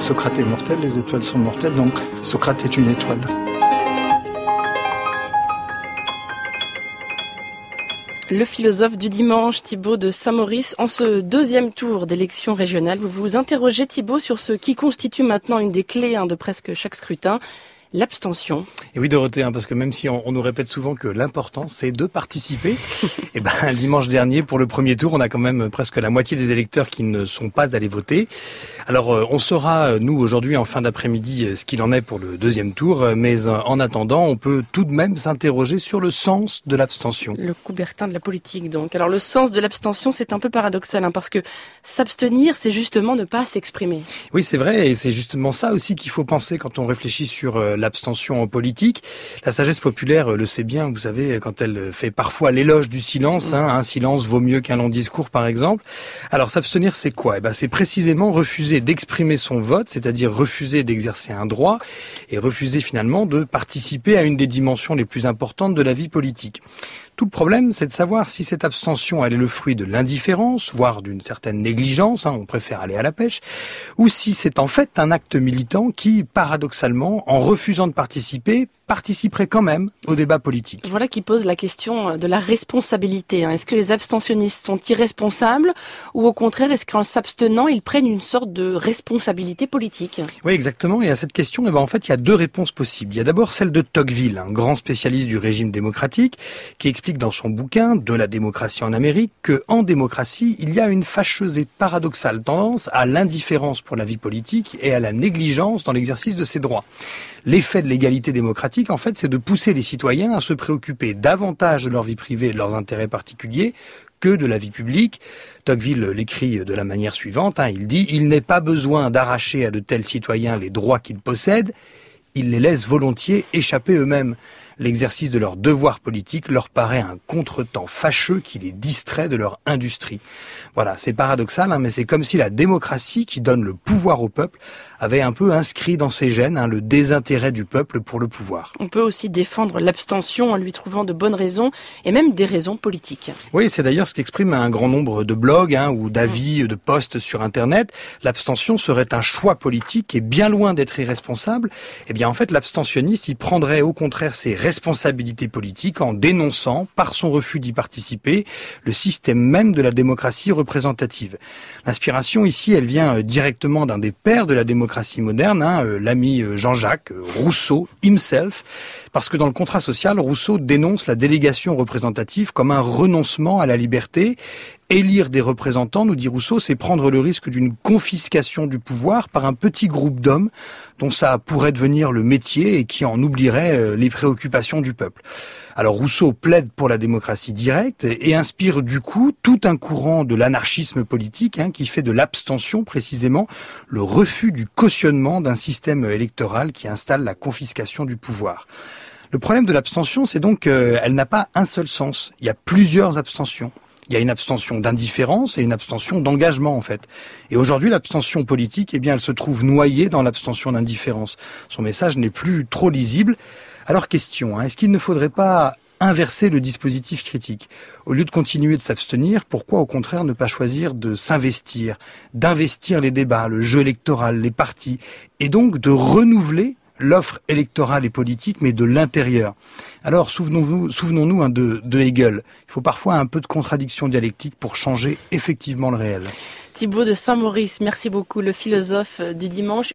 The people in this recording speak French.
Socrate est mortel, les étoiles sont mortelles, donc Socrate est une étoile. Le philosophe du dimanche, Thibaut de Saint-Maurice. En ce deuxième tour d'élection régionale, vous vous interrogez, Thibaut, sur ce qui constitue maintenant une des clés de presque chaque scrutin, l'abstention. Et oui, Dorothée, parce que même si on nous répète souvent que l'important c'est de participer, et dimanche dernier, pour le premier tour, on a quand même presque la moitié des électeurs qui ne sont pas allés voter. Alors, on saura, nous, aujourd'hui, en fin d'après-midi, ce qu'il en est pour le deuxième tour, mais en attendant, on peut tout de même s'interroger sur le sens de l'abstention. Le Coubertin de la politique, donc. Alors, le sens de l'abstention, c'est un peu paradoxal, parce que s'abstenir, c'est justement ne pas s'exprimer. Oui, c'est vrai, et c'est justement ça aussi qu'il faut penser quand on réfléchit sur l'abstention en politique. La sagesse populaire le sait bien, vous savez, quand elle fait parfois l'éloge du silence, un silence vaut mieux qu'un long discours, par exemple. Alors, s'abstenir, c'est quoi ? C'est précisément refuser d'exprimer son vote, c'est-à-dire refuser d'exercer un droit, et refuser finalement de participer à une des dimensions les plus importantes de la vie politique. Tout le problème, c'est de savoir si cette abstention, elle est le fruit de l'indifférence, voire d'une certaine négligence, on préfère aller à la pêche, ou si c'est en fait un acte militant qui, paradoxalement, en refusant de participer, participerait quand même au débat politique. Voilà qui pose la question de la responsabilité. Est-ce que les abstentionnistes sont irresponsables ou au contraire, est-ce qu'en s'abstenant, ils prennent une sorte de responsabilité politique ? Oui, exactement. Et à cette question, en fait, il y a deux réponses possibles. Il y a d'abord celle de Tocqueville, un grand spécialiste du régime démocratique, qui explique dans son bouquin « De la démocratie en Amérique » qu'en démocratie, il y a une fâcheuse et paradoxale tendance à l'indifférence pour la vie politique et à la négligence dans l'exercice de ses droits. L'effet de l'égalité démocratique, en fait, c'est de pousser les citoyens à se préoccuper davantage de leur vie privée et de leurs intérêts particuliers que de la vie publique. Tocqueville l'écrit de la manière suivante, il dit « Il n'est pas besoin d'arracher à de tels citoyens les droits qu'ils possèdent, ils les laissent volontiers échapper eux-mêmes. L'exercice de leur devoir politique leur paraît un contretemps fâcheux qui les distrait de leur industrie. » Voilà, c'est paradoxal, mais c'est comme si la démocratie qui donne le pouvoir au peuple avait un peu inscrit dans ses gènes le désintérêt du peuple pour le pouvoir. On peut aussi défendre l'abstention en lui trouvant de bonnes raisons et même des raisons politiques. Oui, c'est d'ailleurs ce qu'exprime un grand nombre de blogs ou d'avis, de posts sur Internet. L'abstention serait un choix politique et bien loin d'être irresponsable. En fait, l'abstentionniste, il prendrait au contraire ses responsabilités politiques en dénonçant, par son refus d'y participer, le système même de la démocratie représentative. L'inspiration ici, elle vient directement d'un des pères de la démocratie moderne, l'ami Jean-Jacques Rousseau himself, parce que dans le contrat social, Rousseau dénonce la délégation représentative comme un renoncement à la liberté. Élire des représentants, nous dit Rousseau, c'est prendre le risque d'une confiscation du pouvoir par un petit groupe d'hommes dont ça pourrait devenir le métier et qui en oublierait les préoccupations du peuple. Alors Rousseau plaide pour la démocratie directe et inspire du coup tout un courant de l'anarchisme politique qui fait de l'abstention précisément le refus du cautionnement d'un système électoral qui installe la confiscation du pouvoir. Le problème de l'abstention, c'est donc qu'elle n'a pas un seul sens. Il y a plusieurs abstentions. Il y a une abstention d'indifférence et une abstention d'engagement, en fait. Et aujourd'hui, l'abstention politique, elle se trouve noyée dans l'abstention d'indifférence. Son message n'est plus trop lisible. Alors, question, est-ce qu'il ne faudrait pas inverser le dispositif critique ? Au lieu de continuer de s'abstenir, pourquoi au contraire ne pas choisir de s'investir, d'investir les débats, le jeu électoral, les partis, et donc de renouveler l'offre électorale et politique, mais de l'intérieur. Alors, souvenons-nous de Hegel. Il faut parfois un peu de contradiction dialectique pour changer effectivement le réel. Thibaut de Saint-Maurice, merci beaucoup, le philosophe du dimanche.